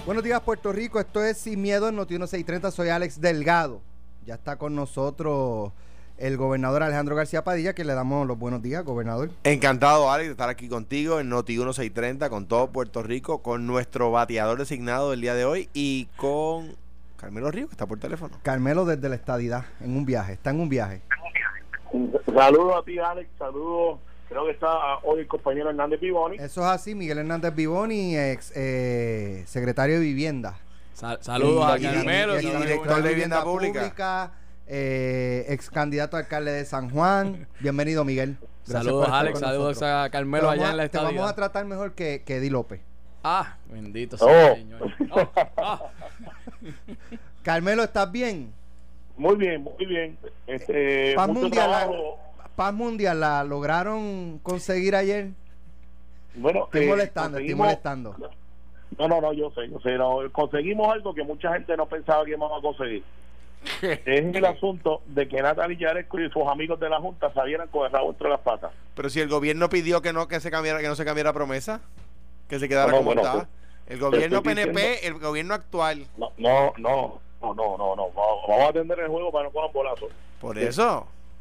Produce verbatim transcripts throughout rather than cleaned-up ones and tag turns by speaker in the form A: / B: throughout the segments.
A: Buenos días, Puerto Rico. Esto es Sin Miedo en Noti uno seiscientos treinta. Soy Alex Delgado. Ya está con nosotros el gobernador Alejandro García Padilla, que le damos los buenos días, gobernador.
B: Encantado, Alex, de estar aquí contigo en Noti uno seiscientos treinta, con todo Puerto Rico, con nuestro bateador designado del día de hoy y con Carmelo Ríos, que está por teléfono.
A: Carmelo desde la estadidad, en un viaje, está en un viaje.
C: Saludos a ti, Alex, saludos. Creo que está hoy el compañero Hernández Vivoni.
A: Eso es así, Miguel Hernández Vivoni, ex eh, secretario de Vivienda.
D: Sal, saludos
A: y,
D: a Carmelo,
A: y, y, y director de Vivienda Pública, pública eh, ex candidato a alcalde de San Juan. Bienvenido, Miguel.
D: Gracias. Saludos, Alex, saludos a Carmelo allá
A: a,
D: en la estadio.
A: Te vamos a tratar mejor que, que Eddie López.
D: Ah, bendito sea el Señor. Oh, oh.
A: Carmelo, ¿estás bien?
C: Muy bien, muy bien. Este,
A: Paz
C: mucho
A: Mundial,
C: trabajo.
A: La, Paz Mundial, ¿la lograron conseguir ayer?
C: Bueno,
A: estoy
C: eh,
A: molestando, estoy molestando.
C: No, no, no, yo sé, yo sé. No, conseguimos algo que mucha gente no pensaba que íbamos a conseguir. Es el asunto de que Natalie Yaresco y sus amigos de la Junta salieran con el rabo entre las patas.
B: Pero si el gobierno pidió que no que se cambiara, que no se cambiara promesa, que se quedara
C: no,
B: como
C: bueno,
B: estaba.
C: pues,
B: el gobierno P N P,
C: diciendo,
B: el gobierno actual.
C: No, no, no, no, no, no, no. Vamos a atender el juego para no cojan bolazos.
B: Por eso.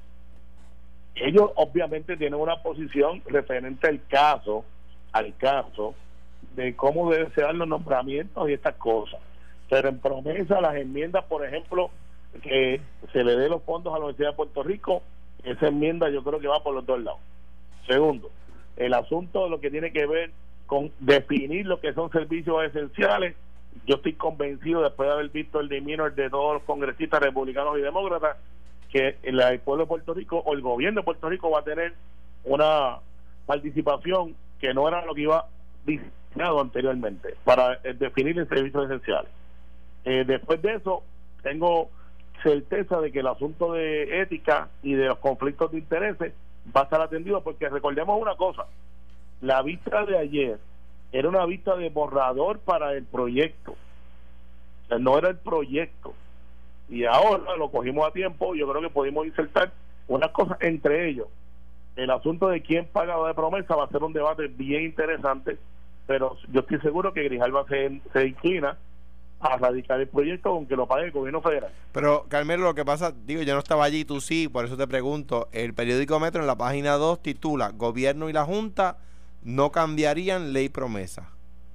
C: Ellos obviamente tienen una posición referente al caso, al caso de cómo deben ser los nombramientos y estas cosas. Pero en promesa, las enmiendas, por ejemplo, que se le dé los fondos a la Universidad de Puerto Rico, esa enmienda yo creo que va por los dos lados. Segundo, el asunto de lo que tiene que ver con definir lo que son servicios esenciales. Yo estoy convencido, después de haber visto el demeanor de todos los congresistas republicanos y demócratas, que el, el pueblo de Puerto Rico o el gobierno de Puerto Rico va a tener una participación que no era lo que iba diseñado anteriormente para eh, definir el servicios esenciales. Eh, después de eso, tengo certeza de que el asunto de ética y de los conflictos de intereses va a estar atendido, porque recordemos una cosa: la vista de ayer era una vista de borrador para el proyecto, o sea, no era el proyecto, y ahora lo cogimos a tiempo. Yo creo que pudimos insertar unas cosas, entre ellos el asunto de quién paga de promesa. Va a ser un debate bien interesante, pero yo estoy seguro que Grijalva se, se inclina a radicar el proyecto aunque lo pague el gobierno federal.
B: Pero Carmelo, lo que pasa, digo, yo no estaba allí, tú sí, por eso te pregunto. El periódico Metro en la página dos titula: Gobierno y la Junta no cambiarían ley promesa.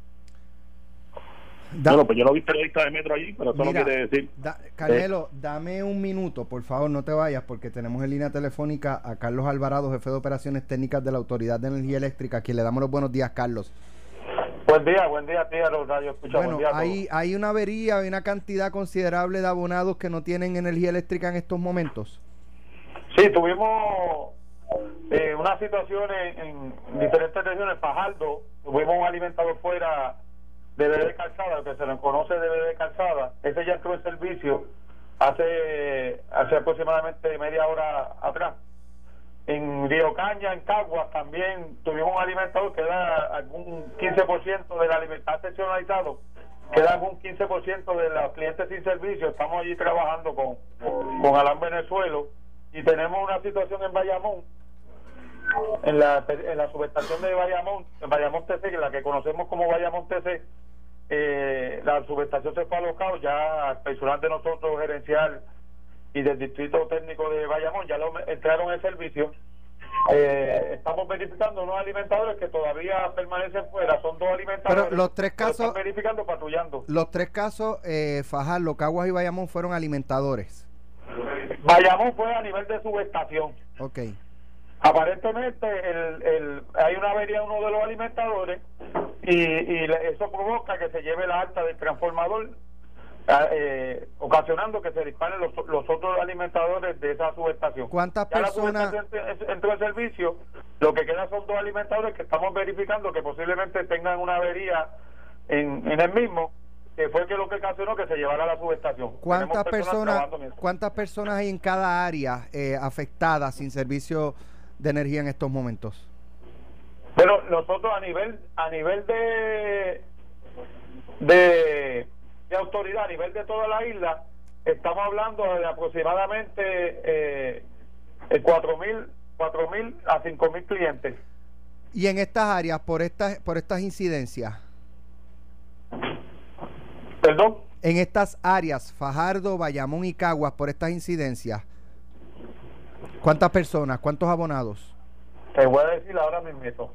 C: Da, bueno, pues yo no vi periodista de Metro allí, pero eso mira, no quiere decir.
A: Da, Carmelo, eh. dame un minuto, por favor, no te vayas, porque tenemos en línea telefónica a Carlos Alvarado, jefe de operaciones técnicas de la Autoridad de Energía Eléctrica, a quien le damos los buenos días, Carlos.
E: Buen día, buen día a ti, a los radios escucha.
A: Bueno,
E: buen día
A: hay, hay una avería, hay una cantidad considerable de abonados que no tienen energía eléctrica en estos momentos.
E: Sí, tuvimos eh, una situación en, en diferentes regiones. Fajardo, tuvimos un alimentador fuera de B D Calzada, que se le conoce de B D Calzada. Ese ya entró en servicio hace, hace aproximadamente media hora atrás. En Río Caña, en Caguas, también tuvimos un alimentador que da algún quince por ciento del alimentador excepcionalizado, que da algún quince por ciento de los clientes sin servicio. Estamos allí trabajando con, con Alam Venezuela, y tenemos una situación en Bayamón, en la, en la subestación de Bayamón, en Bayamón T C, que la que conocemos como Bayamón T C. Eh, la subestación se fue alocado, ya el personal de nosotros, gerencial y del distrito técnico de Bayamón, ya lo entraron en servicio. Eh, estamos verificando unos alimentadores que todavía permanecen fuera, son dos alimentadores.
A: Pero los tres casos,
E: están verificando, patrullando.
A: Los tres casos, eh, Fajardo, Caguas y Bayamón, fueron alimentadores.
E: Bayamón fue a nivel de subestación.
A: Ok.
E: Aparentemente el, el, hay una avería en uno de los alimentadores y, y eso provoca que se lleve la alta del transformador, eh, ocasionando que se disparen los, los otros alimentadores de esa subestación.
A: ¿Cuántas
E: ya
A: personas?
E: La subestación entró en servicio, lo que queda son dos alimentadores que estamos verificando que posiblemente tengan una avería en, en el mismo, que fue que lo que ocasionó que se llevara a la subestación.
A: ¿Cuántas personas, personas ¿cuántas personas hay en cada área eh, afectadas sin servicio de energía en estos momentos?
E: Bueno, nosotros a nivel a nivel de de, de autoridad, a nivel de toda la isla, estamos hablando de aproximadamente eh, cuatro mil cuatro mil a cinco mil clientes.
A: Y en estas áreas, por estas por estas incidencias,
E: Perdón.
A: En estas áreas, Fajardo, Bayamón y Caguas, por estas incidencias, ¿cuántas personas, cuántos abonados?
E: Te voy a decir ahora mismo.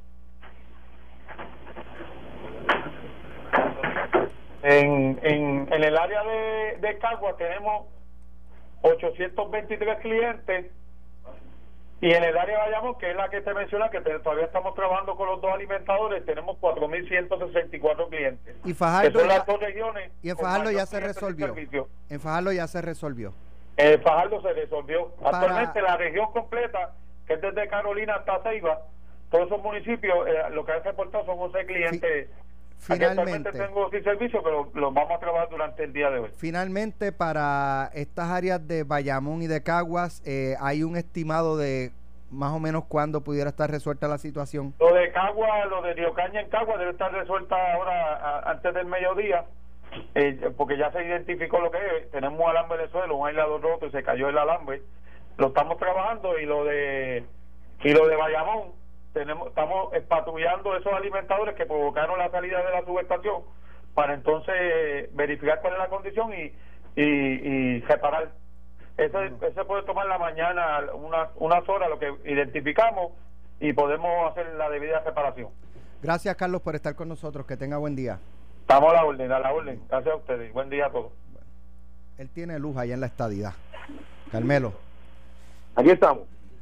E: En, en, en el área de, de Caguas tenemos ochocientos veintitrés clientes, y en el área de Bayamón, que es la que te menciona, que te, todavía estamos trabajando con los dos alimentadores, tenemos cuatro mil ciento sesenta y cuatro clientes.
A: Y Fajardo,
E: que son
A: ya,
E: las dos regiones.
A: y en Fajardo ya se resolvió. En Fajardo ya se resolvió.
E: En Fajardo se resolvió.
A: Para...
E: Actualmente la región completa, que es desde Carolina hasta Ceiba, todos esos municipios, eh, lo que han reportado son once clientes.
A: Finalmente,
E: tengo sin servicio, pero los vamos a trabajar durante el día de hoy.
A: Finalmente, para estas áreas de Bayamón y de Caguas, eh, ¿hay un estimado de más o menos cuándo pudiera estar resuelta la situación?
E: Lo de Caguas, lo de Río Caña en Caguas debe estar resuelta ahora a, antes del mediodía, eh, porque ya se identificó lo que es. Tenemos un alambre de suelo, un aislador roto y se cayó el alambre. Lo estamos trabajando, y lo de y lo de Bayamón, tenemos estamos espatrullando esos alimentadores que provocaron la salida de la subestación para entonces verificar cuál es la condición y y, y reparar. Ese, ese puede tomar la mañana unas, unas horas, lo que identificamos, y podemos hacer la debida reparación.
A: Gracias, Carlos, por estar con nosotros. Que tenga buen día.
E: Estamos a la orden, a la orden. Gracias a ustedes. Buen día a todos.
A: Bueno, él tiene luz allá en la estadidad. Carmelo.
C: Aquí estamos.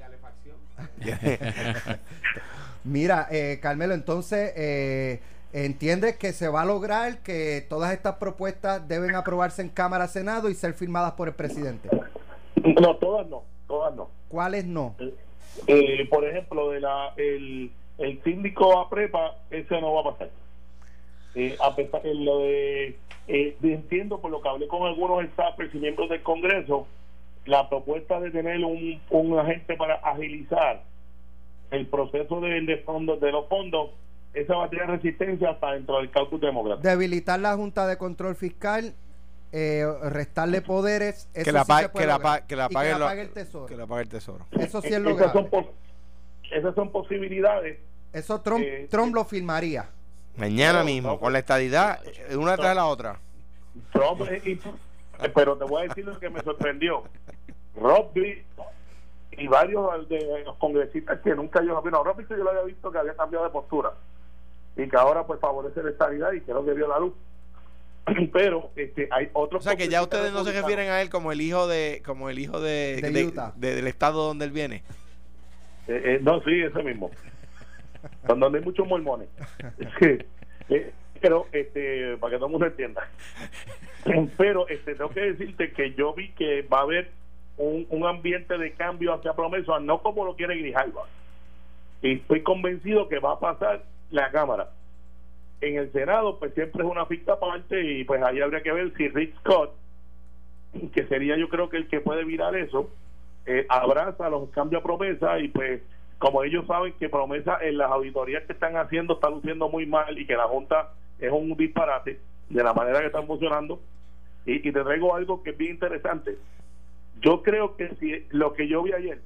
A: Mira, eh, Carmelo, entonces, eh, ¿entiendes que se va a lograr que todas estas propuestas deben aprobarse en Cámara, Senado y ser firmadas por el presidente?
C: No, todas no, todas no.
A: ¿Cuáles no?
C: Eh, por ejemplo, de la el, el síndico a prepa, ese no va a pasar. Eh, a pesar de lo de, eh, de, entiendo por lo que hablé con algunos staffers y miembros del Congreso, la propuesta de tener un, un agente para agilizar el proceso de, de fondos de los fondos, esa va a tener resistencia hasta dentro del caucus demócrata.
A: Debilitar la Junta de Control Fiscal, eh, restarle poderes, eso
B: que la
A: sí
B: pa-
A: se puede
B: que la
A: lograr.
B: pa- que la
A: Y
B: pague,
A: que la
B: lo-
A: pague el Tesoro.
B: que la pague el Tesoro.
A: Eso sí es
C: esas
A: lograble.
C: son, pos- esas son posibilidades.
A: Eso Trump,
C: eh,
A: Trump lo firmaría.
B: Mañana
C: No,
B: mismo,
C: no,
B: con la estadidad, una tras la otra.
C: Trump, eh, y- pero te voy a decir lo que me sorprendió. Rob Blee y varios de los congresistas que nunca yo no, Rob Blee yo lo había visto que había cambiado de postura y que ahora pues favorece la estabilidad y creo que vio la luz. Pero este hay otros.
B: O sea que ya ustedes no se refieren a él como el hijo de, como el hijo de,
A: De
B: de-
A: Utah.
B: de- del estado donde él viene.
C: Eh, eh, no, sí, ese mismo. Cuando hay muchos mormones. Sí. Eh, pero, este, para que todo el mundo entienda. Pero, este, tengo que decirte que yo vi que va a haber un, un ambiente de cambio hacia Promesa, no como lo quiere Grijalva. Y estoy convencido que va a pasar la Cámara. En el Senado, pues siempre es una ficta aparte, y pues ahí habría que ver si Rick Scott, que sería yo creo que el que puede virar eso, eh, abraza los cambios a Promesa, y pues como ellos saben que Promesa en las auditorías que están haciendo está luciendo muy mal y que la Junta es un disparate de la manera que están funcionando, y, y te traigo algo que es bien interesante. Yo creo que si lo que yo vi ayer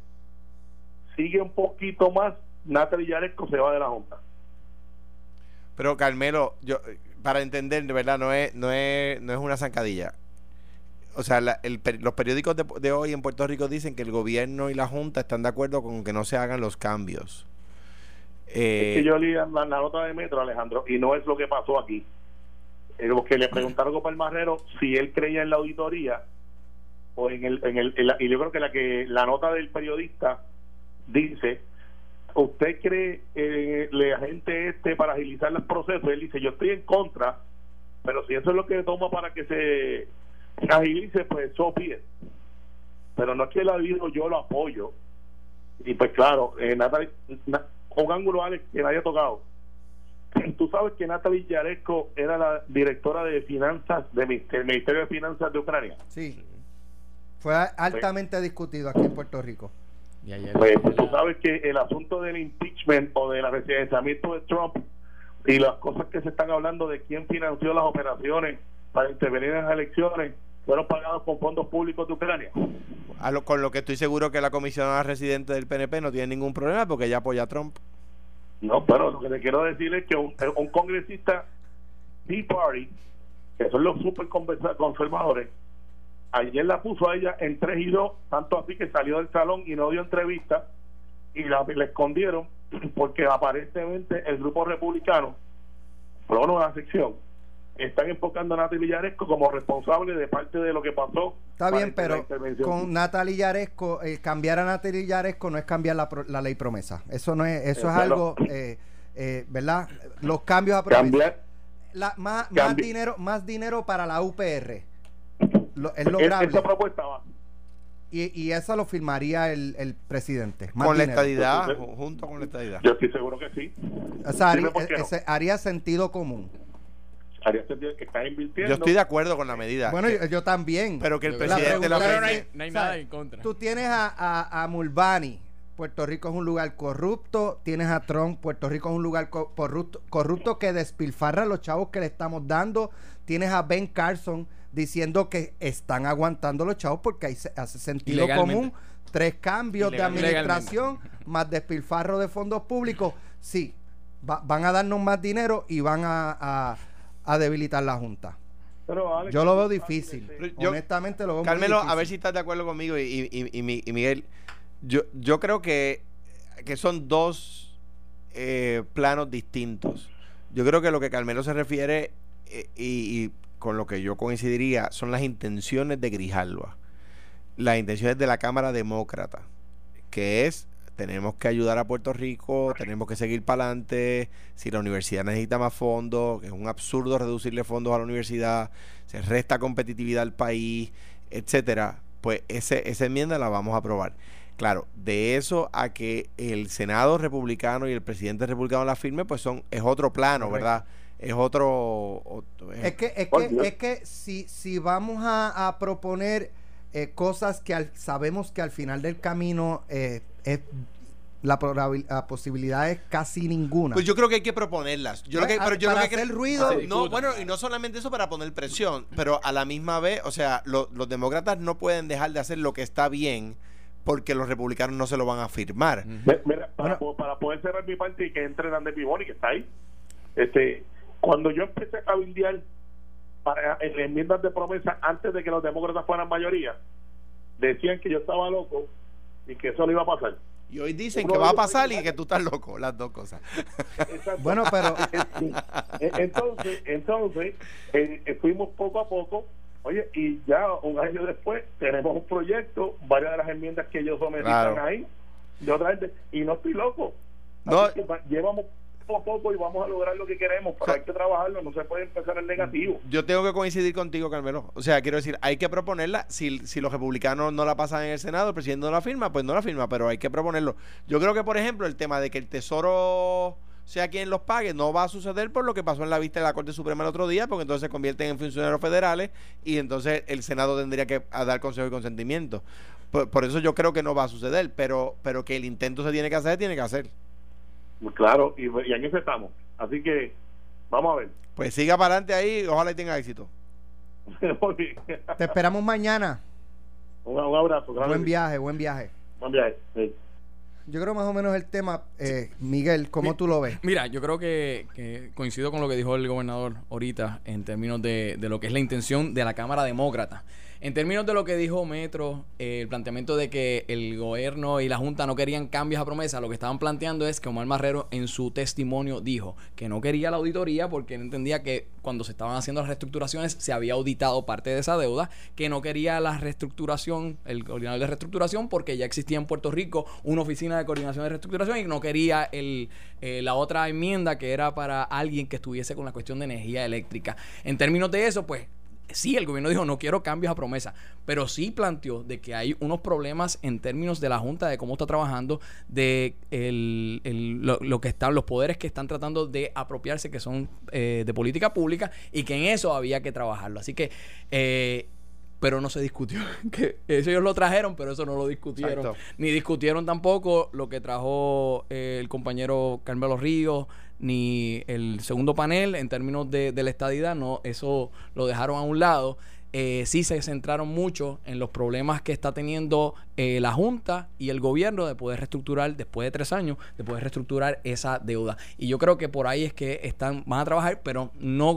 C: sigue un poquito más, Natalie Yaresco se va de la Junta.
B: Pero Carmelo, yo para entender, de verdad, no es no es no es una zancadilla. O sea, la, el, los periódicos de, de hoy en Puerto Rico dicen que el gobierno y la Junta están de acuerdo con que no se hagan los cambios. Eh,
C: Es que yo leí la, la nota de Metro, Alejandro, y no es lo que pasó aquí. Eh, los que le preguntaron a Palmarrero si él creía en la auditoría o en el, en el en la, y yo creo que la que la nota del periodista dice: ¿usted cree eh, la gente este para agilizar los procesos? Él dice: yo estoy en contra, pero si eso es lo que toma para que se agilice, pues eso pide. Pero no es que él ha dicho yo lo apoyo. Y pues claro, eh, Natalie, na, un ángulo, Alex, que nadie ha tocado. Tú sabes que Natalie Yaresco era la directora de finanzas del Ministerio de Finanzas de Ucrania.
A: Sí. Fue altamente discutido aquí en Puerto Rico.
D: Y ayer
C: Pues
D: la-
C: tú sabes que el asunto del impeachment o del residenciamiento de Trump y las cosas que se están hablando de quién financió las operaciones para intervenir en las elecciones fueron pagados con fondos públicos de Ucrania.
B: a lo, con lo que estoy seguro que la comisionada residente del P N P no tiene ningún problema porque ella apoya a Trump.
C: No, pero lo que te quiero decir es que un, un congresista Tea Party que son los super conservadores, ayer la puso a ella en tres y dos, tanto así que salió del salón y no dio entrevista, y la, la escondieron porque aparentemente el grupo republicano, por lo menos la sección, están enfocando a Natalie Yaresco como responsable de parte de lo que pasó.
A: Está bien, pero con Natalie Yaresco, eh, cambiar a Natalie Yaresco no es cambiar la, la ley promesa. Eso no es, eso es algo, eh, eh, ¿verdad? Los cambios a promesa.
C: Cambiar,
A: la, más, más dinero, más dinero para la U P R. Lo, es lograble.
C: Esa propuesta va.
A: Y, y eso lo firmaría el, el presidente.
B: Más con
A: dinero.
B: la estadidad, Entonces, junto con la estadidad.
C: Yo estoy seguro que sí.
A: O sea, haría, ese, haría sentido común.
C: Haría sentido que estás invirtiendo.
B: Yo estoy de acuerdo con la medida.
A: Bueno,
B: que,
A: yo, yo también.
B: Pero que el
D: yo
B: presidente
D: la
B: la
D: pero no hay,
B: firme.
D: no hay nada en contra.
A: Tú tienes a, a, a Mulvaney. Puerto Rico es un lugar corrupto. Tienes a Trump. Puerto Rico es un lugar corrupto, corrupto que despilfarra los chavos que le estamos dando. Tienes a Ben Carson diciendo que están aguantando los chavos porque ahí se hace sentido común. Tres cambios Ilegal, de administración más despilfarro de fondos públicos. Sí, va, van a darnos más dinero y van a, a, a debilitar la Junta.
C: Pero, Alex,
A: yo lo veo difícil.
B: Yo,
A: honestamente lo veo
B: Carmelo,
A: muy difícil.
B: A ver si estás de acuerdo conmigo y, y, y, y Miguel. Yo, yo creo que, que son dos eh, planos distintos. Yo creo que lo que Carmelo se refiere eh, y, y con lo que yo coincidiría son las intenciones de Grijalva, las intenciones de la Cámara Demócrata, que es: tenemos que ayudar a Puerto Rico, tenemos que seguir para adelante, si la universidad necesita más fondos, que es un absurdo reducirle fondos a la universidad, se resta competitividad al país, etcétera, pues ese, esa enmienda la vamos a aprobar. Claro, de eso a que el Senado republicano y el presidente republicano la firme, pues son es otro plano, correcto, ¿verdad? Es otro... otro es,
A: es que es que, es que si, si vamos a, a proponer eh, cosas que al, sabemos que al final del camino eh, es la, la posibilidad es casi ninguna.
B: Pues yo creo que hay que proponerlas. Yo
A: pues,
B: creo que, pero yo
A: para
B: creo que
A: hacer ruido.
B: No, bueno, y no solamente eso para poner presión, pero a la misma vez, o sea, lo, los demócratas no pueden dejar de hacer lo que está bien porque los republicanos no se lo van a firmar.
C: Uh-huh. Mira, para, bueno, para poder cerrar mi parte y que entre Andrés Piboni, que está ahí, este, cuando yo empecé a cabildear para en enmiendas de promesa antes de que los demócratas fueran mayoría, decían que yo estaba loco y que eso no iba a pasar.
B: Y hoy dicen Uno que va a pasar y que tú estás loco, las dos cosas.
C: Exacto.
A: Bueno, pero
C: entonces, entonces eh, fuimos poco a poco. Oye, y ya un año después tenemos un proyecto, varias de las enmiendas que ellos sometí claro. están ahí, de otra gente, y no estoy loco. No. Así que llevamos poco a poco y vamos a lograr lo que queremos, pero o sea, hay que trabajarlo, no se puede empezar en negativo.
B: Yo tengo que coincidir contigo, Carmelo. O sea, quiero decir, hay que proponerla. Si, si los republicanos no la pasan en el Senado, el presidente no la firma, pues no la firma, pero hay que proponerlo. Yo creo que, por ejemplo, el tema de que el Tesoro sea quien los pague, no va a suceder por lo que pasó en la vista de la Corte Suprema el otro día, porque entonces se convierten en funcionarios federales y entonces el Senado tendría que dar consejo y consentimiento. Por, por eso yo creo que no va a suceder, pero pero que el intento se tiene que hacer, tiene que hacer.
C: Claro, y, y en eso estamos. Así que vamos a ver.
B: Pues siga para adelante ahí, ojalá y tenga éxito.
A: Te esperamos mañana.
C: Un, un abrazo.
A: Buen viaje, buen viaje.
C: Buen viaje, sí.
A: Yo creo más o menos el tema, eh, Miguel, ¿cómo Mi, tú lo ves?
D: Mira, yo creo que, que coincido con lo que dijo el gobernador ahorita en términos de, de lo que es la intención de la Cámara Demócrata. En términos de lo que dijo Metro, eh, el planteamiento de que el gobierno y la Junta no querían cambios a promesa, lo que estaban planteando es que Omar Marrero en su testimonio dijo que no quería la auditoría porque él entendía que cuando se estaban haciendo las reestructuraciones se había auditado parte de esa deuda, que no quería la reestructuración, el coordinador de reestructuración, porque ya existía en Puerto Rico una oficina de coordinación de reestructuración y no quería el, eh, la otra enmienda que era para alguien que estuviese con la cuestión de energía eléctrica. En términos de eso, pues sí, el gobierno dijo no quiero cambios a promesa, pero sí planteó de que hay unos problemas en términos de la Junta, de cómo está trabajando, de el, el, lo, lo que están, los poderes que están tratando de apropiarse, que son eh, de política pública, y que en eso había que trabajarlo. Así que eh, pero no se discutió, que eso ellos lo trajeron, pero eso no lo discutieron. Exacto. Ni discutieron tampoco lo que trajo eh, el compañero Carmelo Ríos, ni el segundo panel en términos de, de la estadidad, no, eso lo dejaron a un lado. Eh, sí se centraron mucho en los problemas que está teniendo eh, la Junta y el gobierno de poder reestructurar, después de tres años, de poder reestructurar esa deuda. Y yo creo que por ahí es que están van a trabajar, pero no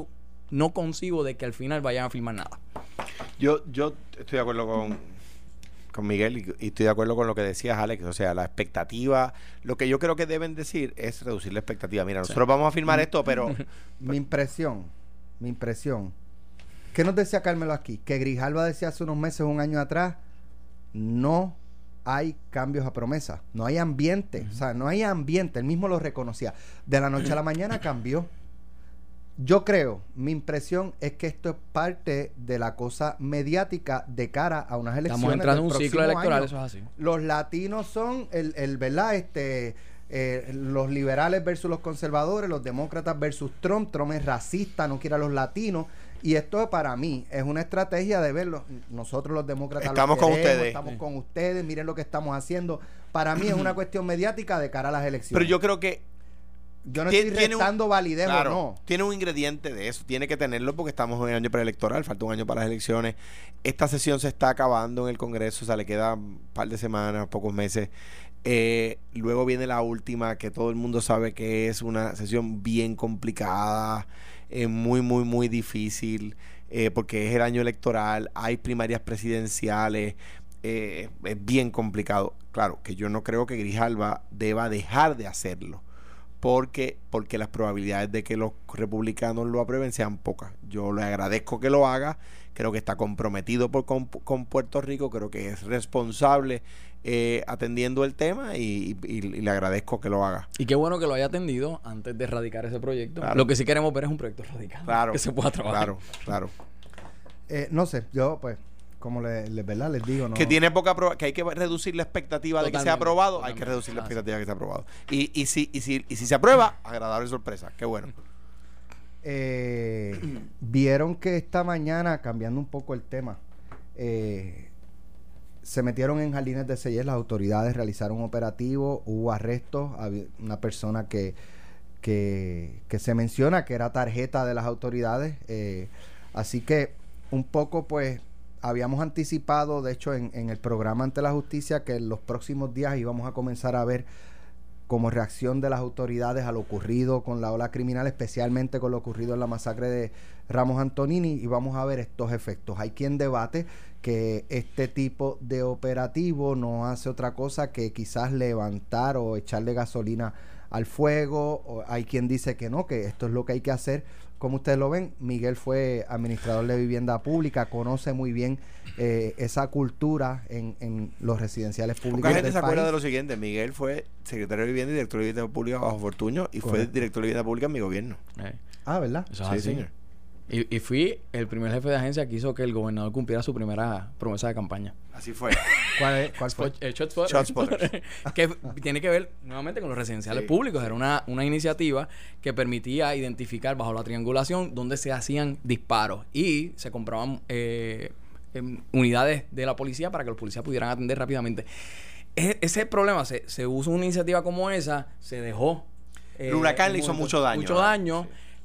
D: no concibo de que al final vayan a firmar nada.
B: Yo, yo estoy de acuerdo con, con Miguel y, y estoy de acuerdo con lo que decías, Alex. O sea, la expectativa, lo que yo creo que deben decir es reducir la expectativa. Mira, nosotros sí. vamos a firmar esto, pero...
A: Mi impresión, mi impresión. ¿Qué nos decía Carmelo aquí? Que Grijalva decía hace unos meses, un año atrás, no hay cambios a promesa, no hay ambiente, uh-huh. o sea, no hay ambiente, él mismo lo reconocía. De la noche a la mañana cambió. Yo creo, mi impresión es que esto es parte de la cosa mediática de cara a unas elecciones.
D: Estamos entrando en un ciclo electoral, año. Eso es así.
A: Los latinos son el, el ¿verdad? Este, eh, los liberales versus los conservadores, los demócratas versus Trump. Trump es racista, no quiere a los latinos. Y esto para mí es una estrategia de verlo. Nosotros los demócratas
B: estamos
A: queremos,
B: con ustedes.
A: Estamos sí. con ustedes, miren lo que estamos haciendo. Para mí es una cuestión mediática de cara a las elecciones.
B: Pero yo creo que
A: yo no estoy restando un, validez
B: claro,
A: o no.
B: Tiene un ingrediente de eso, tiene que tenerlo porque estamos en un año preelectoral, falta un año para las elecciones. Esta sesión se está acabando en el Congreso, o sea, le quedan un par de semanas, pocos meses. Eh, luego viene la última, que todo el mundo sabe que es una sesión bien complicada, eh, muy, muy, muy difícil, eh, porque es el año electoral, hay primarias presidenciales, eh, es bien complicado. Claro, que yo no creo que Grijalva deba dejar de hacerlo, porque porque las probabilidades de que los republicanos lo aprueben sean pocas. Yo le agradezco que lo haga, creo que está comprometido por, con, con Puerto Rico, creo que es responsable eh, atendiendo el tema y, y, y le agradezco que lo haga.
D: Y qué bueno que lo haya atendido antes de erradicar ese proyecto.
B: Claro.
D: Lo que sí queremos ver es un proyecto radicado,
B: claro,
D: que se pueda trabajar.
B: Claro, claro.
A: Eh, no sé, yo pues... como le, le, ¿verdad? les digo, no.
B: Que tiene poca proba- que hay que reducir la expectativa totalmente, de que sea aprobado, totalmente. Hay que reducir la expectativa de que sea aprobado. Y, y, si, y, si, y si se aprueba, agradable sorpresa, qué bueno.
A: Eh, vieron que esta mañana, cambiando un poco el tema, eh, se metieron en Jardines de Sellers, las autoridades realizaron un operativo, hubo arrestos, había una persona que, que, que se menciona que era tarjeta de las autoridades, eh, así que un poco pues habíamos anticipado, de hecho, en, en el programa Ante la Justicia, que en los próximos días íbamos a comenzar a ver como reacción de las autoridades a lo ocurrido con la ola criminal, especialmente con lo ocurrido en la masacre de Ramos Antonini, y vamos a ver estos efectos. Hay quien debate que este tipo de operativo no hace otra cosa que quizás levantar o echarle gasolina al fuego, o hay quien dice que no, que esto es lo que hay que hacer. Como ustedes lo ven, Miguel fue administrador de vivienda pública, conoce muy bien eh, esa cultura en, en los residenciales públicos.
B: Mucha gente
A: del
B: se acuerda
A: país.
B: de lo siguiente: Miguel fue secretario de vivienda y director de vivienda pública bajo Fortuño, y Correcto. Fue director de vivienda pública en mi gobierno.
D: Eh.
A: Ah, ¿verdad?
D: Eso
B: sí,
D: es así.
B: señor.
D: Y, y fui el primer jefe de agencia que hizo que el gobernador cumpliera su primera promesa de campaña.
B: Así fue.
A: ¿Cuál, es, cuál fue?
D: El Shot Spotter.
B: Shot Spotter.
D: Que tiene que ver nuevamente con los residenciales sí, públicos. Sí. Era una, una iniciativa que permitía identificar bajo la triangulación dónde se hacían disparos y se compraban eh, eh, unidades de la policía para que los policías pudieran atender rápidamente. E- ese problema, se, se usó una iniciativa como esa, se dejó.
B: Eh, el huracán le hizo mucho daño.
D: Mucho daño. Sí.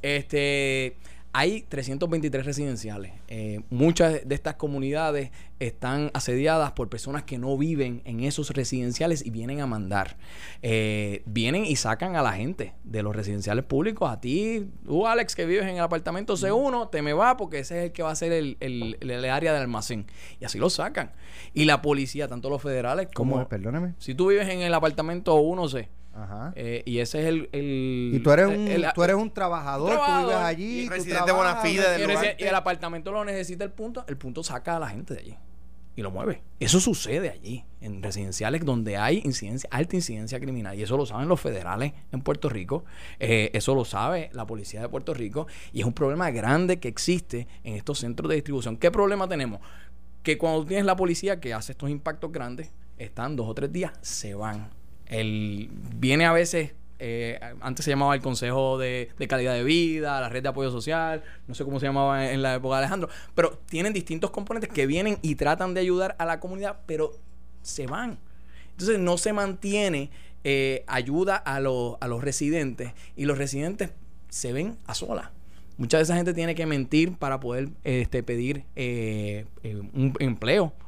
D: Este... Hay trescientos veintitrés residenciales. Eh, muchas de estas comunidades están asediadas por personas que no viven en esos residenciales y vienen a mandar. Eh, vienen y sacan a la gente de los residenciales públicos. A ti, tú, Alex, que vives en el apartamento C uno, te me va porque ese es el que va a ser el, el, el, el área del almacén. Y así lo sacan. Y la policía, tanto los federales como...
A: ¿Cómo es? Perdóname.
D: Si tú vives en el apartamento uno C,
A: Ajá.
D: Eh, y ese es el, el
A: y tú eres un
D: el, el,
A: tú eres un trabajador, trabajador tú vives allí,
B: y
A: tú
B: residente bona fide del
D: y,
B: lugar.
D: y el apartamento lo necesita el punto, el punto saca a la gente de allí y lo mueve. Eso sucede allí, en residenciales donde hay incidencia, alta incidencia criminal, y eso lo saben los federales en Puerto Rico, eh, eso lo sabe la policía de Puerto Rico, y es un problema grande que existe en estos centros de distribución. ¿Qué problema tenemos? Que cuando tienes la policía que hace estos impactos grandes, están dos o tres días, se van. El, viene a veces... Eh, antes se llamaba el Consejo de, de Calidad de Vida, la Red de Apoyo Social, no sé cómo se llamaba en, en la época de Alejandro, pero tienen distintos componentes que vienen y tratan de ayudar a la comunidad, pero se van. Entonces no se mantiene eh, ayuda a, los, a los residentes, y los residentes se ven a solas. Mucha de esa gente tiene que mentir para poder este, pedir eh, eh, un empleo,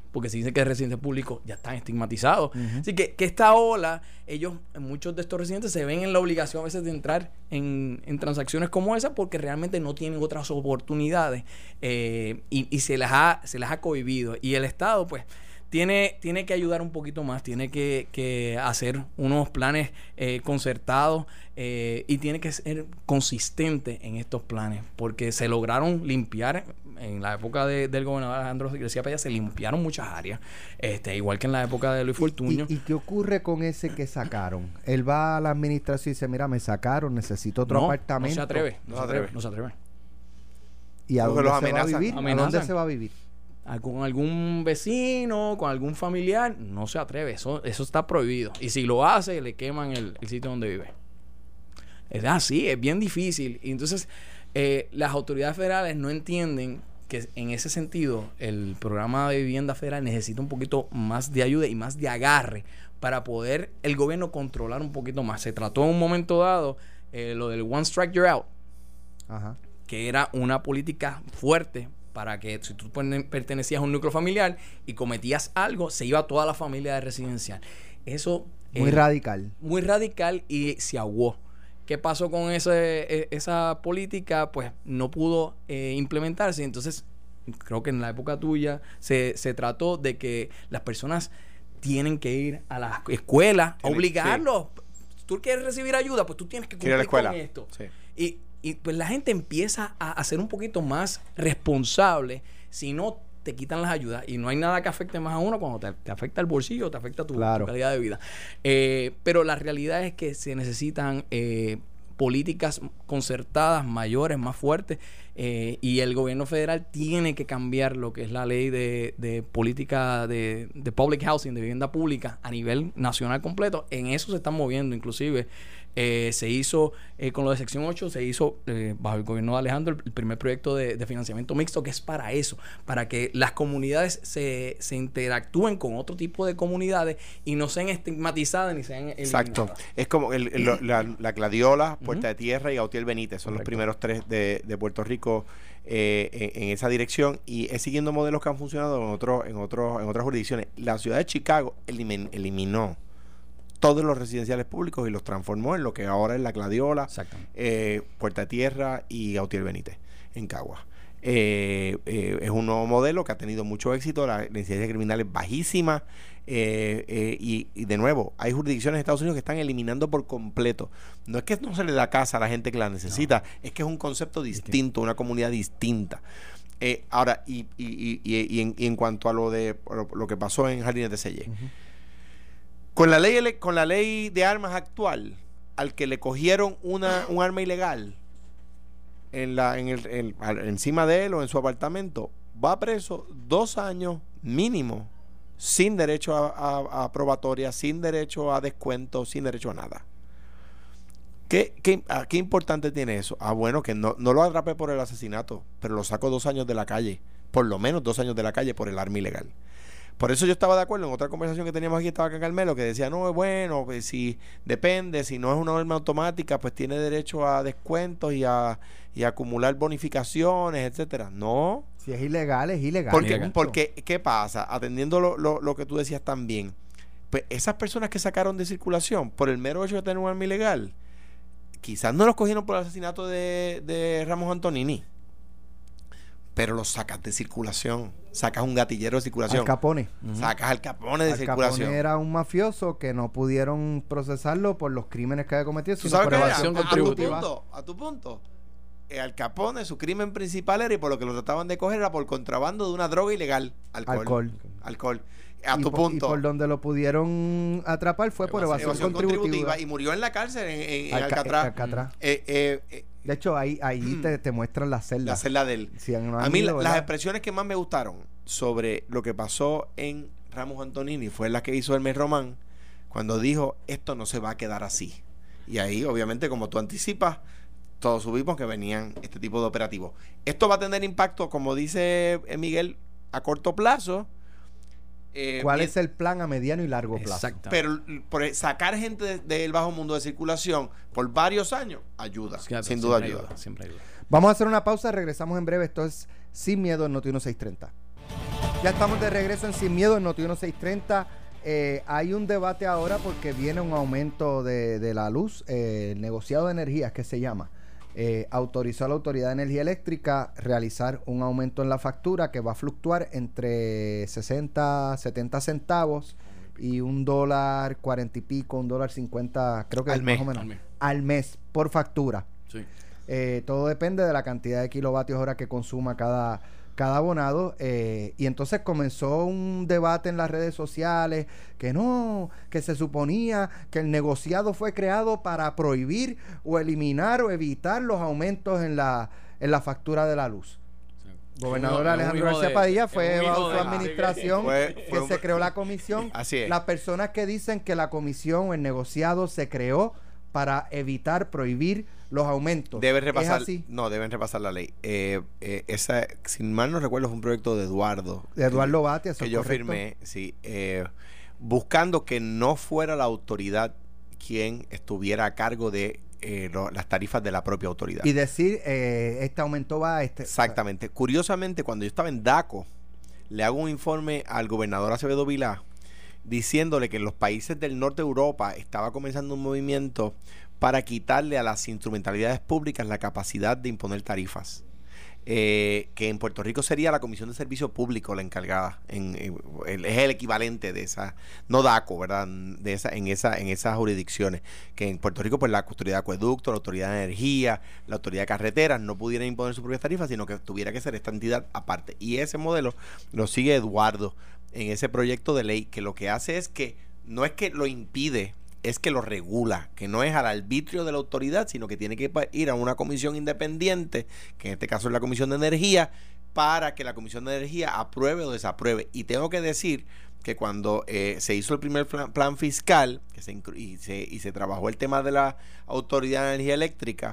D: porque si dicen que es residente público, ya están estigmatizados.
A: Ujú.
D: Así que, que esta ola, ellos, muchos de estos residentes se ven en la obligación a veces de entrar en, en transacciones como esa porque realmente no tienen otras oportunidades eh, y, y se las ha, se las ha cohibido. Y el Estado, pues, Tiene, tiene que ayudar un poquito más, tiene que, que hacer unos planes eh, concertados eh, y tiene que ser consistente en estos planes, porque se lograron limpiar en la época de, del gobernador Alejandro García Padilla, se limpiaron muchas áreas, este igual que en la época de Luis Fortuño.
A: ¿Y, y, y qué ocurre con ese que sacaron? Él va a la administración y dice, mira, me sacaron, necesito otro
D: no,
A: apartamento.
D: no se atreve, no,
B: No
D: se
B: se
D: atreve,
B: atreve.
D: no se atreve.
A: ¿Y a
B: Porque
A: dónde
B: los
A: se va a
B: amenazan.
A: vivir? ¿A
D: Amenazan.
A: dónde se va a vivir?
D: A- con algún vecino, con algún familiar, no se atreve, eso, eso está prohibido. Y si lo hace, le queman el, el sitio donde vive. Es así, es bien difícil. Y entonces, eh, las autoridades federales no entienden que en ese sentido el programa de vivienda federal necesita un poquito más de ayuda y más de agarre para poder el gobierno controlar un poquito más. Se trató en un momento dado eh, lo del One Strike You're Out,
A: Ajá.
D: que era una política fuerte para que si tú pertenecías a un núcleo familiar y cometías algo, se iba toda la familia de residencial. Eso
A: Muy
D: eh,
A: radical.
D: muy radical y se aguó. ¿Qué pasó con ese, esa política? Pues no pudo eh, implementarse. Entonces, creo que en la época tuya se, se trató de que las personas tienen que ir a la escuela,
B: Tienen-
D: obligarlos. Tú quieres recibir ayuda, pues tú tienes que
B: Ir a la
D: cumplir
B: escuela.
D: con esto.
B: Sí.
D: Y, y pues la gente empieza a, a ser un poquito más responsable. Si no, te quitan las ayudas. Y no hay nada que afecte más a uno cuando te, te afecta el bolsillo, te afecta tu,
A: Claro.
D: tu calidad de vida. Eh, pero la realidad es que se necesitan eh, políticas concertadas mayores, más fuertes. Eh, y el gobierno federal tiene que cambiar lo que es la ley de, de política de, de public housing, de vivienda pública a nivel nacional completo. En eso se están moviendo, inclusive. Eh, se hizo eh, con lo de sección ocho, se hizo eh, bajo el gobierno de Alejandro el, el primer proyecto de, de financiamiento mixto, que es para eso, para que las comunidades se, se interactúen con otro tipo de comunidades y no sean estigmatizadas ni sean
B: Exacto.
D: eliminadas.
B: Es como el, el- lo- la, la Gladiola, Puerta
D: Ujú.
B: de Tierra y Gautier Benítez. Son los
D: Correcto.
B: primeros tres de, de Puerto Rico eh, en, en esa dirección. Y es siguiendo modelos que han funcionado en, otros en, otros en otras jurisdicciones. La ciudad de Chicago elimin- eliminó todos los residenciales públicos y los transformó en lo que ahora es la Gladiola,
D: Exactamente.
B: eh, Puerta de Tierra y Gautier Benítez en Cagua. Eh, eh, es un nuevo modelo que ha tenido mucho éxito, la, la incidencia criminal es bajísima eh, eh, y, y de nuevo, hay jurisdicciones de Estados Unidos que están eliminando por completo. No es que no se le da casa a la gente que la necesita, es que es un concepto distinto, una comunidad distinta. Eh, ahora, y, y, y, y, y en, y en cuanto a lo de lo, lo que pasó en Jardines de Selle,
A: Ujú.
B: con la ley ele- con la ley de armas actual, al que le cogieron una un arma ilegal en la en el, en- al- encima de él o en su apartamento, va preso dos años mínimo, sin derecho a, a- a probatoria, sin derecho a descuento, sin derecho a nada. ¿Qué, qué, a- qué importante tiene eso? Ah, bueno, que no, no lo atrapé por el asesinato, pero lo saco dos años de la calle, por lo menos dos años de la calle por el arma ilegal. Por eso yo estaba de acuerdo en otra conversación que teníamos aquí, estaba acá Carmelo, que decía, no, bueno, pues si depende, si no es una arma automática, pues tiene derecho a descuentos y a, y a acumular bonificaciones, etcétera. No,
A: Si es ilegal, es ilegal.
B: porque,
D: Ilegal.
B: porque ¿qué pasa? Atendiendo lo, lo, lo que tú decías también, pues esas personas que sacaron de circulación por el mero hecho de tener un arma ilegal, quizás no los cogieron por el asesinato de, de Ramos Antonini, pero los sacas de circulación, sacas un gatillero de circulación,
A: Al Capone.
D: Ujú.
B: sacas al Capone de
A: Al
B: circulación.
A: Capone era un mafioso que no pudieron procesarlo por los crímenes que había cometido,
B: ¿Tú
A: sino
B: sabes
A: por
B: qué era?
A: evasión
B: A, a tu
A: contributiva.
B: punto, a tu punto. Eh, Al Capone, su crimen principal era, y por lo que lo trataban de coger, era por contrabando de una droga ilegal. Alcohol.
A: Alcohol.
B: Alcohol. A
A: y
B: tu
A: por,
B: punto.
A: Y por donde lo pudieron atrapar fue por evasión,
B: evasión
A: contributiva.
B: contributiva. Y murió en la cárcel en, en- en
A: Alca-
B: Alcatraz.
A: Alcatraz.
B: Eh, eh, eh,
A: De hecho, ahí, ahí te, te muestran la celda.
B: la celda de él.
A: Si han- no han
B: A mí
A: ido,
B: la-
A: ¿verdad?
B: las expresiones que más me gustaron sobre lo que pasó en Ramos Antonini fue la que hizo Hermes Román cuando dijo, esto no se va a quedar así. Y ahí, obviamente, como tú anticipas, todos subimos que venían este tipo de operativos. Esto va a tener impacto, como dice eh, Miguel, a corto plazo. eh,
A: ¿Cuál
B: bien-
A: es el plan a mediano y largo plazo?
D: Exacto.
B: Pero por sacar gente de- del bajo mundo de circulación por varios años ayuda, sin duda
D: siempre
B: ayuda.
D: Siempre ayuda.
A: Vamos a hacer una pausa, regresamos en breve. Esto es Sin Miedo en Noti uno seiscientos treinta. Ya estamos de regreso en Sin Miedo en Noti uno seiscientos treinta. Eh, hay un debate ahora porque viene un aumento de, de la luz, eh, el negociado de energías que se llama. Eh, autorizó a la Autoridad de Energía Eléctrica realizar un aumento en la factura que va a fluctuar entre sesenta, setenta centavos y un dólar cuarenta y pico, un dólar cincuenta, creo que
B: al
A: es
B: mes,
A: más o menos,
D: al mes.
A: al mes por factura.
D: Sí.
A: Eh, todo depende de la cantidad de kilovatios hora que consuma cada, cada abonado. Eh, y entonces comenzó un debate en las redes sociales que no, que se suponía que el negociado fue creado para prohibir o eliminar o evitar los aumentos en la, en la factura de la luz. Gobernador
D: Uno-
A: Alejandro
D: un hijo
A: García
D: de-
A: Padilla fue
D: un hijo
A: bajo su
D: de-
A: administración
B: Fue-
A: que
B: fue un-
A: se creó la comisión.
B: Así es.
A: Las personas que dicen que la comisión o el negociado se creó para evitar, prohibir los aumentos.
B: Deben repasar,
A: ¿Es así?
B: no, deben repasar la ley. Eh, eh, esa, sin mal no recuerdo, es un proyecto de Eduardo.
A: De Eduardo
B: que-
A: Batia, eso
B: que
A: es
B: yo
A: correcto.
B: firmé, sí, eh, buscando que no fuera la autoridad quien estuviera a cargo de eh, lo- las tarifas de la propia autoridad.
A: Y decir, eh, este aumento va a este.
B: Exactamente. Curiosamente, cuando yo estaba en DACO, le hago un informe al gobernador Acevedo Vilá diciéndole que en los países del norte de Europa estaba comenzando un movimiento para quitarle a las instrumentalidades públicas la capacidad de imponer tarifas. Eh, que en Puerto Rico sería la Comisión de Servicio Público la encargada, en, en- el- es el equivalente de esa, no DACO, ¿verdad? De esa, en esa, en esas jurisdicciones, que en Puerto Rico pues la Autoridad de Acueducto, la Autoridad de Energía, la Autoridad de Carreteras no pudieran imponer sus propias tarifas, sino que tuviera que ser esta entidad aparte. Y ese modelo lo sigue Eduardo en ese proyecto de ley, que lo que hace es que no es que lo impide, es que lo regula, que no es al arbitrio de la autoridad, sino que tiene que pa- ir a una comisión independiente, que en este caso es la Comisión de Energía, para que la Comisión de Energía apruebe o desapruebe. Y tengo que decir que cuando eh, se hizo el primer plan, plan fiscal, que se, inclu- y, se, y se trabajó el tema de la Autoridad de Energía Eléctrica,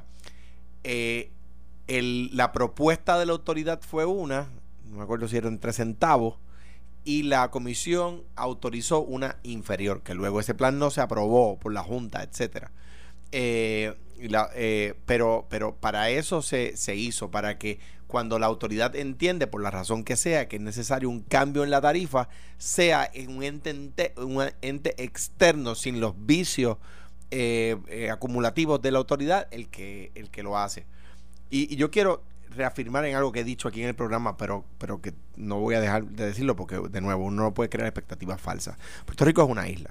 B: eh, el, la propuesta de la autoridad fue una, no me acuerdo si eran tres centavos, y la comisión autorizó una inferior, que luego ese plan no se aprobó por la Junta, etcétera. Eh, y la, eh, pero, pero para eso se, se hizo, para que cuando la autoridad entiende, por la razón que sea, que es necesario un cambio en la tarifa, sea en un ente, ente, un ente externo, sin los vicios eh, eh, acumulativos de la autoridad, el que, el que lo hace. Y, y yo quiero reafirmar en algo que he dicho aquí en el programa, pero, pero que no voy a dejar de decirlo porque, de nuevo, uno no puede crear expectativas falsas. Puerto Rico es una isla.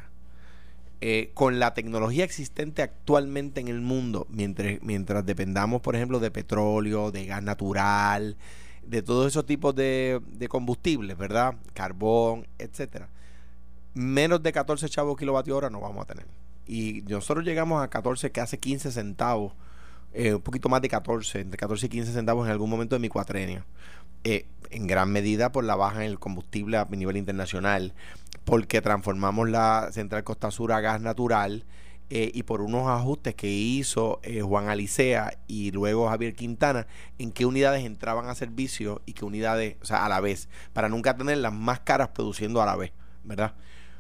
B: Eh, con la tecnología existente actualmente en el mundo, mientras, mientras dependamos, por ejemplo, de petróleo, de gas natural, de todos esos tipos de, de combustibles, ¿verdad? Carbón, etcétera. Menos de catorce chavos kilovatios hora no vamos a tener. Y nosotros llegamos a catorce, que hace quince centavos, eh, un poquito más de catorce, entre catorce y quince centavos en algún momento de mi cuatrenio. Eh, en gran medida por la baja en el combustible a nivel internacional, porque transformamos la Central Costa Sur a gas natural eh, y por unos ajustes que hizo eh, Juan Alicea y luego Javier Quintana en qué unidades entraban a servicio y qué unidades, o sea, a la vez, para nunca tener las más caras produciendo a la vez, ¿verdad?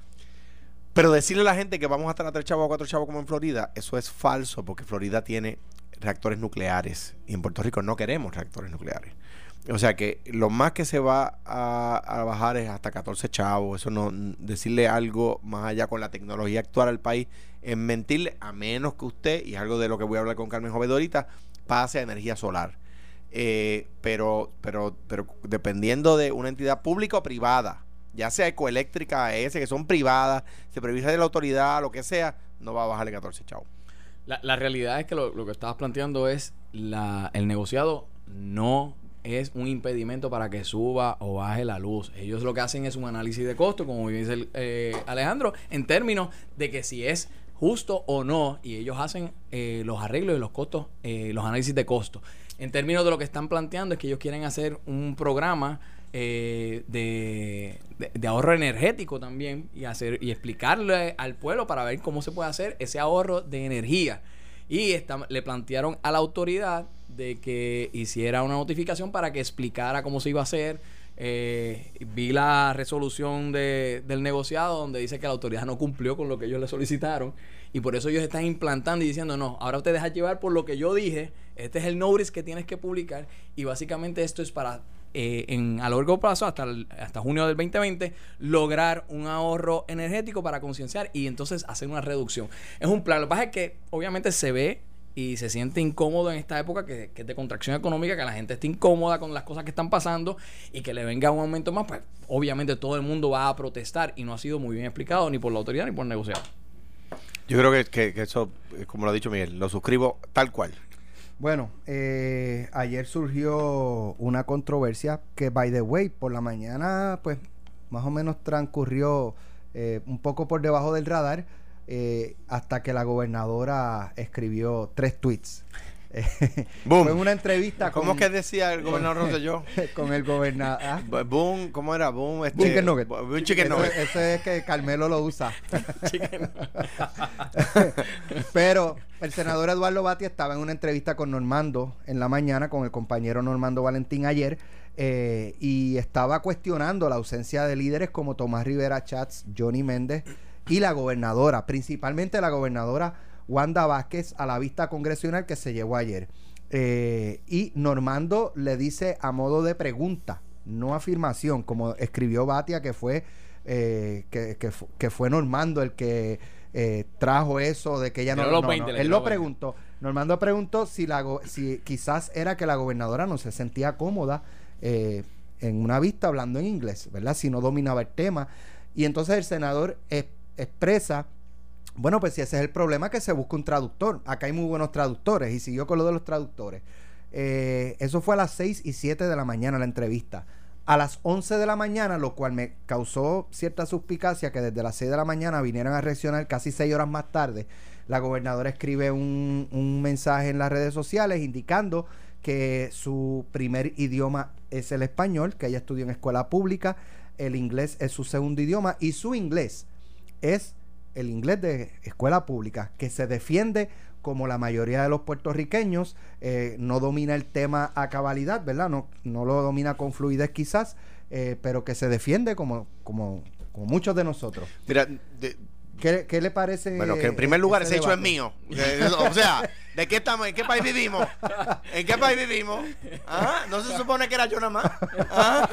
B: Pero decirle a la gente que vamos a estar a tres chavos o cuatro chavos como en Florida, eso es falso, porque Florida tiene reactores nucleares y en Puerto Rico no queremos reactores nucleares. O sea que lo más que se va a, a bajar es hasta catorce chavos. Eso no, decirle algo más allá con la tecnología actual al país es mentirle, a menos que usted, y es algo de lo que voy a hablar con Carmen Jovedo ahorita, pase a energía solar. Eh, pero, pero, pero dependiendo de una entidad pública o privada, ya sea Ecoeléctrica, A E S, que son privadas, se previsa de la autoridad, lo que sea, no va a bajarle catorce chavos.
D: La, la realidad es que lo, lo que estabas planteando es la, el negociado no es un impedimento para que suba o baje la luz. Ellos lo que hacen es un análisis de costo, como dice el, eh, Alejandro, en términos de que si es justo o no, y ellos hacen eh, los arreglos de los costos, eh, los análisis de costo. En términos de lo que están planteando es que ellos quieren hacer un programa eh, de, de, de ahorro energético también y hacer y explicarle al pueblo para ver cómo se puede hacer ese ahorro de energía. Y está, le plantearon a la autoridad de que hiciera una notificación para que explicara cómo se iba a hacer. Eh, vi la resolución de, del negociado donde dice que la autoridad no cumplió con lo que ellos le solicitaron y por eso ellos están implantando y diciendo no, ahora te dejas llevar por lo que yo dije, este es el notice que tienes que publicar y básicamente esto es para eh, en, a largo plazo, hasta, el, hasta junio del veinte veinte, lograr un ahorro energético para concienciar y entonces hacer una reducción. Es un plan. Lo que pasa es que obviamente se ve y se siente incómodo en esta época que, que es de contracción económica, que la gente esté incómoda con las cosas que están pasando y que le venga un aumento más, pues obviamente todo el mundo va a protestar y no ha sido muy bien explicado ni por la autoridad ni por el negociado.
B: Yo creo que, que, que eso, como lo ha dicho Miguel, lo suscribo tal cual.
A: Bueno, eh, ayer surgió una controversia que, by the way, por la mañana, pues, más o menos transcurrió eh, un poco por debajo del radar, eh, hasta que la gobernadora escribió tres tweets.
B: Boom.
A: Fue una entrevista
B: ¿Cómo
A: con,
B: es que decía el gobernador Rosselló?
A: con el gobernador. ¿Ah?
B: Boom, ¿cómo era? Boom, este,
A: Chicken nugget.
B: Boom, chicken
A: Eso,
B: nugget.
A: eso es que Carmelo lo usa. Pero el senador Eduardo Batia estaba en una entrevista con Normando en la mañana, con el compañero Normando Valentín ayer, eh, y estaba cuestionando la ausencia de líderes como Tomás Rivera Chats, Johnny Méndez y la gobernadora, principalmente la gobernadora Wanda Vázquez, a la vista congresional que se llevó ayer. Eh, y Normando le dice a modo de pregunta, no afirmación, como escribió Batia, que fue eh, que, que, fu que fue Normando el que eh, trajo eso de que ella no, no, no, no él lo preguntó. Normando preguntó si la si quizás era que la gobernadora no se sentía cómoda eh, en una vista hablando en inglés, ¿verdad? Si no dominaba el tema. Y entonces el senador es, expresa, bueno, pues si ese es el problema, que se busque un traductor. Acá hay muy buenos traductores. Y siguió con lo de los traductores. Eh, eso fue a las seis y siete de la mañana la entrevista. A las once de la mañana, lo cual me causó cierta suspicacia, que desde las seis de la mañana vinieran a reaccionar casi seis horas más tarde. La gobernadora escribe un, un mensaje en las redes sociales indicando que su primer idioma es el español, que ella estudió en escuela pública, el inglés es su segundo idioma y su inglés es el inglés de escuela pública, que se defiende como la mayoría de los puertorriqueños, eh, no domina el tema a cabalidad, ¿verdad? No, no lo domina con fluidez quizás, eh, pero que se defiende como, como, como muchos de nosotros.
B: Mira, de,
A: ¿Qué, ¿Qué le parece?
B: Bueno, que en primer lugar ese hecho es
A: debate?
B: mío. Eh, o sea, ¿de qué estamos? ¿En qué país vivimos? ¿En qué país vivimos? ¿Ah? ¿No se supone que era yo nada más? ¿Ah?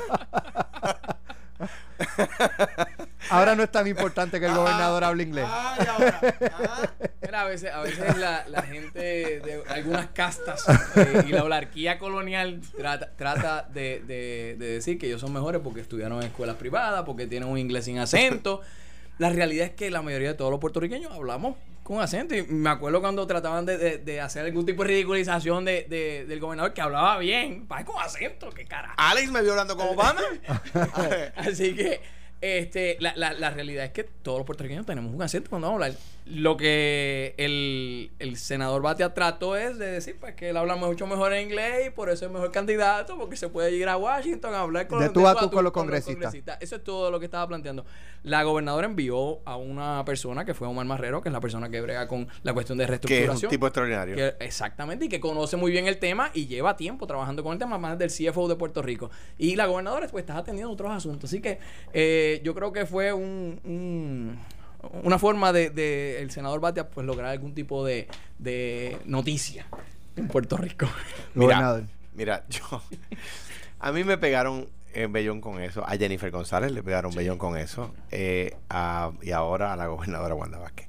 A: Ahora no es tan importante que el gobernador hable inglés.
B: Ay, ahora. Ah.
D: Mira, a veces, a veces la, la gente de algunas castas eh, y la olarquía colonial trata, trata de, de, de decir que ellos son mejores porque estudiaron en escuelas privadas, porque tienen un inglés sin acento. La realidad es que la mayoría de todos los puertorriqueños hablamos con acento. Y me acuerdo cuando trataban de, de, de hacer algún tipo de ridiculización de, de, del gobernador, que hablaba bien. Pa, con acento, qué carajo.
B: Alex me vio hablando como Obama.
D: Así que este, la, la, la realidad es que todos los puertorriqueños tenemos un acento cuando vamos a hablar. Lo que el, el senador Batia trató es de decir pues que él habla mucho mejor en inglés y por eso es mejor candidato, porque se puede ir a Washington a hablar con,
A: de
D: los,
A: tú
D: de
A: a
D: tú
A: tú
D: a tú
A: con los
D: con los
A: congresistas.
D: congresistas. Eso es todo lo que estaba planteando. La gobernadora envió a una persona que fue Omar Marrero, que es la persona que brega con la cuestión de
B: Que
D: reestructuración.
B: es un tipo extraordinario.
D: Que, exactamente, y que conoce muy bien el tema y lleva tiempo trabajando con el tema, más del C F O de Puerto Rico. Y la gobernadora pues está atendiendo otros asuntos. Así que eh, yo creo que fue un, un una forma de, de el senador Batia pues lograr algún tipo de, de noticia en Puerto Rico.
A: Gobernador.
B: Mira, mira, yo a mí me pegaron en Bellón con eso, a Jennifer González le pegaron sí. Bellón con eso, eh, a, y ahora a la gobernadora Wanda Vázquez.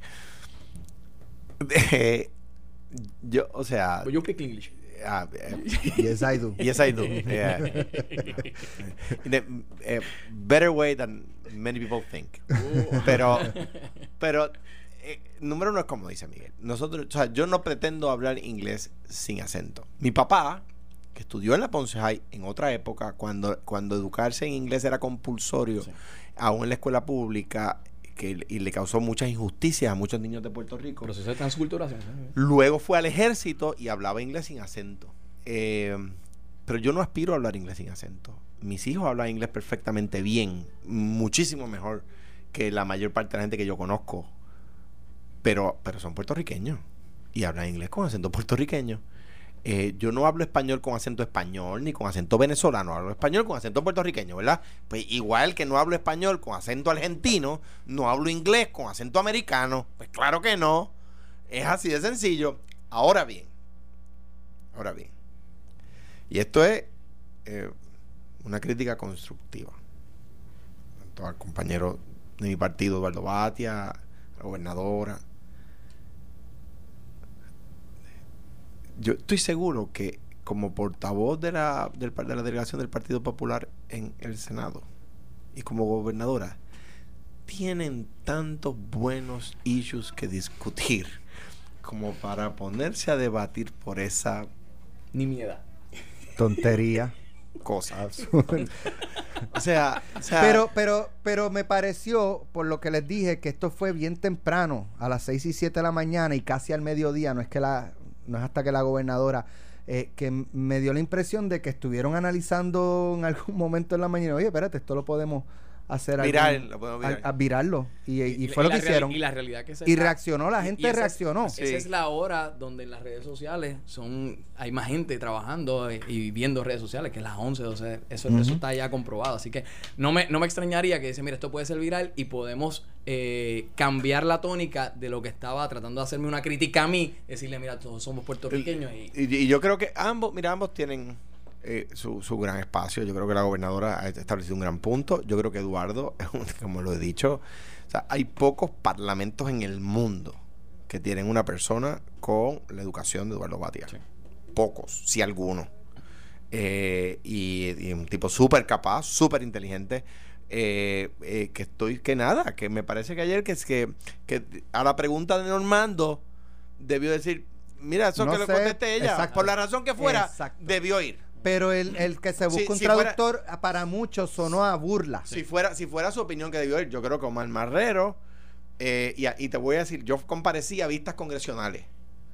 B: Eh, yo, o sea,
D: But you speak English.
B: Uh, uh,
A: Yes, I do.
B: Yes, I do. Yeah. In a uh, better way than many people think.
D: Uh.
B: Pero, pero eh, número uno es como dice Miguel. Nosotros, o sea, yo no pretendo hablar inglés sin acento. Mi papá, que estudió en la Ponce High en otra época, cuando, cuando educarse en inglés era compulsorio, sí. aún en la escuela pública, que y le causó muchas injusticias a muchos niños de Puerto Rico.
D: Proceso de transculturación.
B: Luego fue al ejército y hablaba inglés sin acento. Eh, pero yo no aspiro a hablar inglés sin acento. Mis hijos hablan inglés perfectamente bien, muchísimo mejor que la mayor parte de la gente que yo conozco. Pero, pero son puertorriqueños y hablan inglés con acento puertorriqueño. Eh, yo no hablo español con acento español ni con acento venezolano, hablo español con acento puertorriqueño, ¿verdad? Pues igual que no hablo español con acento argentino, no hablo inglés con acento americano. Pues claro que no, es así de sencillo. Ahora bien, ahora bien, y esto es eh, una crítica constructiva. Tanto al compañero de mi partido, Eduardo Batia, a la gobernadora. Yo estoy seguro que como portavoz de la, del, de la delegación del Partido Popular en el Senado y como gobernadora, tienen tantos buenos issues que discutir como para ponerse a debatir por esa
D: nimiedad,
A: tontería,
B: cosa. o sea, o sea,
A: pero, pero, pero me pareció, por lo que les dije, que esto fue bien temprano, a las seis y siete de la mañana y casi al mediodía. No es que la, no es hasta que la gobernadora eh, que me dio la impresión de que estuvieron analizando en algún momento en la mañana. Oye, espérate, esto lo podemos hacer
B: viral,
A: algún,
B: lo podemos virar.
A: A, a virarlo y, y, y fue
D: y
A: lo que hicieron
D: y la realidad que
A: y reaccionó la gente,
D: esa
A: reaccionó
D: es, esa
B: sí.
D: es la hora donde en las redes sociales son hay más gente trabajando y, y viendo redes sociales, que es las once, doce, eso, uh-huh. eso está ya comprobado, así que no me, no me extrañaría que dice, mira, esto puede ser viral y podemos eh, cambiar la tónica de lo que estaba tratando de hacerme una crítica a mí, decirle, mira, todos somos puertorriqueños y,
B: y, y yo creo que ambos, mira, ambos tienen Eh, su, su gran espacio. Yo creo que la gobernadora ha establecido un gran punto. Yo creo que Eduardo, como lo he dicho, o sea, hay pocos parlamentos en el mundo que tienen una persona con la educación de Eduardo Batia. Sí. Pocos, si alguno. Eh, y, y un tipo súper capaz, súper inteligente. Eh, eh, que estoy, que nada, que me parece que ayer que, que, que a la pregunta de Normando debió decir, mira, eso no que sé, le conteste ella, exacto. Por la razón que fuera, exacto. Debió ir.
A: Pero el, el que se busca si, un si traductor fuera, para muchos sonó a burla.
B: Si fuera si fuera su opinión que debió ir, yo creo que Omar Marrero, eh, y, y te voy a decir, yo comparecí a vistas congresionales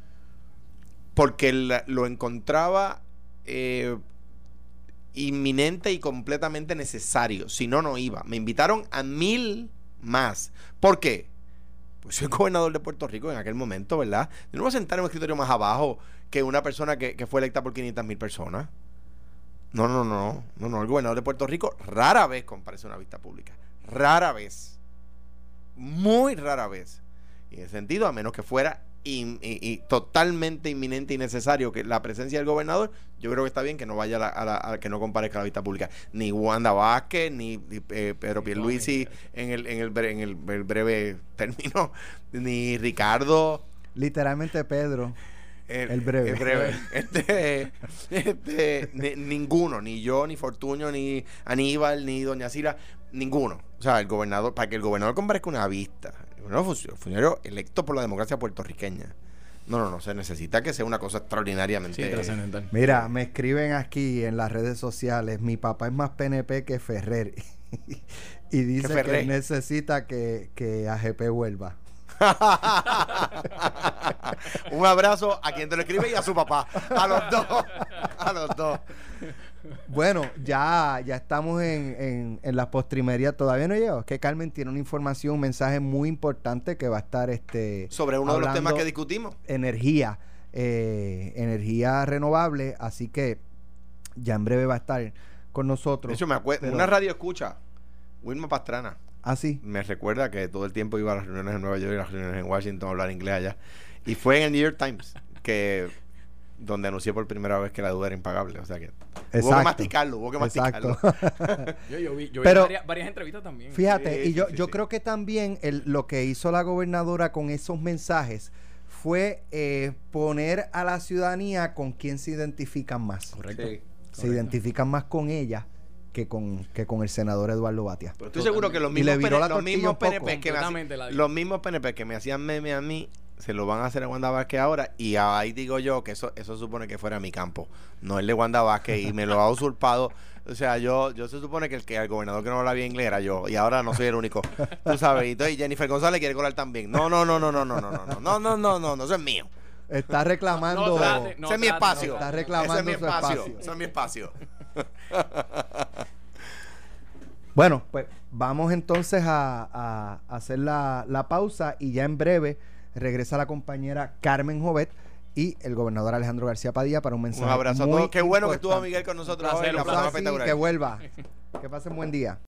B: porque la, lo encontraba eh, inminente y completamente necesario. Si no, no iba. Me invitaron a mil más. ¿Por qué? Pues soy gobernador de Puerto Rico en aquel momento, ¿verdad? Yo no voy a sentar en un escritorio más abajo que una persona que, que fue electa por quinientas mil personas. No, no, no, no, no, el gobernador de Puerto Rico rara vez comparece a una vista pública, rara vez, muy rara vez, y en ese sentido, a menos que fuera in, y, y totalmente inminente y necesario que la presencia del gobernador, yo creo que está bien que no vaya a, la, a, la, a que no comparezca a la vista pública, ni Wanda Vázquez, ni eh, Pedro Pierluisi en el, en el, en el, el breve término, ni Ricardo,
A: literalmente Pedro.
B: El,
A: el breve.
B: El breve. Este, este, ni, ninguno, ni yo, ni Fortuño, ni Aníbal, ni Doña Cira, ninguno. O sea, el gobernador, para que el gobernador comparezca una vista, el gobernador funcionario electo por la democracia puertorriqueña. No, no, no, se necesita que sea una cosa extraordinariamente
D: sí, trascendental.
A: Mira, me escriben aquí en las redes sociales, mi papá es más P N P que Ferrer. Y dice que necesita que, que A G P vuelva.
B: Un abrazo a quien te lo escribe y a su papá, a los dos, a los dos.
A: Bueno, ya, ya estamos en, en, en la postrimería. Todavía no he llegado. Es que Carmen tiene una información, un mensaje muy importante que va a estar este
B: sobre uno de los temas que discutimos.
A: Energía, eh, energía renovable. Así que ya en breve va a estar con nosotros.
B: De hecho, me acuerdo, pero, una radio escucha, Wilma Pastrana.
A: ¿Ah, sí?
B: Me recuerda que todo el tiempo iba a las reuniones en Nueva York y las reuniones en Washington a hablar inglés allá. Y fue en el New York Times que donde anuncié por primera vez que la deuda era impagable. O sea que exacto. Hubo que masticarlo, hubo que masticarlo.
D: yo, yo vi, yo
A: Pero,
D: vi varias, varias entrevistas también.
A: Fíjate,
B: sí,
A: y yo,
B: sí,
A: yo
B: sí.
A: creo que también el, lo que hizo la gobernadora con esos mensajes fue eh, poner a la ciudadanía con quien se identifican más.
D: Correcto.
B: Sí.
A: Se Correcto. identifican más con ella que con que con el senador Eduardo Batia.
B: Pero estoy seguro que los mismos, pene, los mismos P N P que me hacían, los mismos P N P que me hacían meme a mí se lo van a hacer a Wanda Vázquez ahora, y ahí digo yo que eso eso supone que fuera mi campo, no el de Wanda Vázquez, y me lo ha usurpado. O sea, yo yo se supone que el que el gobernador que no habla bien inglés era yo, y ahora no soy el único. Tú sabes, y entonces Jennifer González quiere colar también. No, no, no, no, no, no, no, no, no, no, no, no, no, no, eso es mío.
A: Está reclamando.
D: No trate, no
B: ese es mi espacio.
A: No, está reclamando
B: ese es mi
A: su
B: espacio.
A: espacio.
B: Ese es mi espacio.
A: Bueno, pues vamos entonces a, a hacer la, la pausa y ya en breve regresa la compañera Carmen Jovet y el gobernador Alejandro García Padilla para un mensaje.
B: Un abrazo a todos. Qué bueno que estuvo
A: importante.
B: Miguel con nosotros
D: Un placer,
B: hoy. La
D: un placer.
B: pasamos espectacular.
A: Que vuelva. Que pasen buen día.